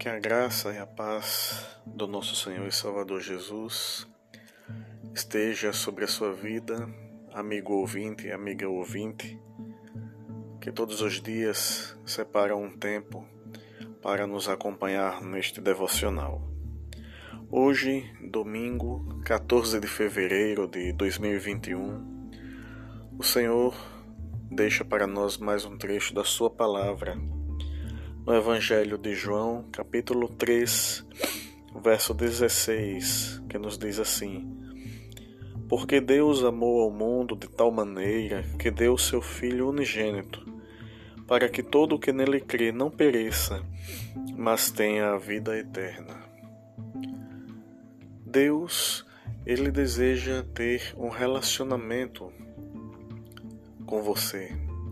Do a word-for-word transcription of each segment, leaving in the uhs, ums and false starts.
Que a graça e a paz do nosso Senhor e Salvador Jesus esteja sobre a sua vida, amigo ouvinte e amiga ouvinte, que todos os dias separam um tempo para nos acompanhar neste devocional. Hoje, domingo, quatorze de fevereiro de dois mil e vinte e um, o Senhor deixa para nós mais um trecho da sua palavra, no Evangelho de João, capítulo três, verso dezesseis, que nos diz assim: Porque Deus amou ao mundo de tal maneira que deu o seu Filho unigênito, para que todo o que nele crê não pereça, mas tenha a vida eterna. Deus, Ele deseja ter um relacionamento com você.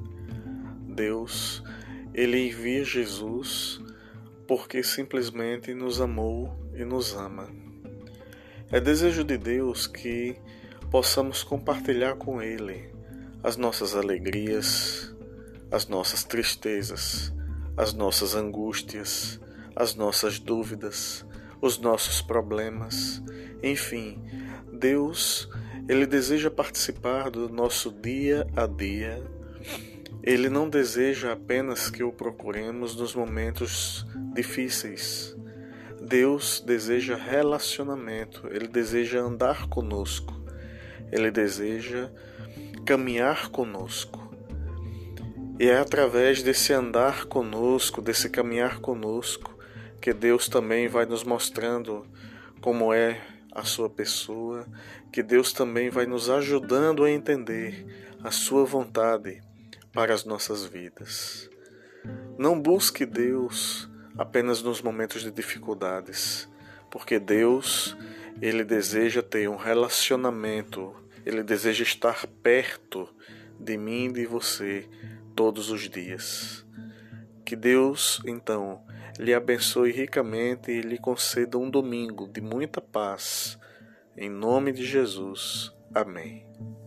Deus, Ele envia Jesus porque simplesmente nos amou e nos ama. É desejo de Deus que possamos compartilhar com Ele as nossas alegrias, as nossas tristezas, as nossas angústias, as nossas dúvidas, os nossos problemas. Enfim, Deus, Ele deseja participar do nosso dia a dia. Ele não deseja apenas que o procuremos nos momentos difíceis. Deus deseja relacionamento, Ele deseja andar conosco, Ele deseja caminhar conosco. E é através desse andar conosco, desse caminhar conosco, que Deus também vai nos mostrando como é a sua pessoa, que Deus também vai nos ajudando a entender a sua vontade para as nossas vidas. Não busque Deus apenas nos momentos de dificuldades, porque Deus, Ele deseja ter um relacionamento, Ele deseja estar perto de mim e de você todos os dias. Que Deus, então, lhe abençoe ricamente e lhe conceda um domingo de muita paz. Em nome de Jesus. Amém.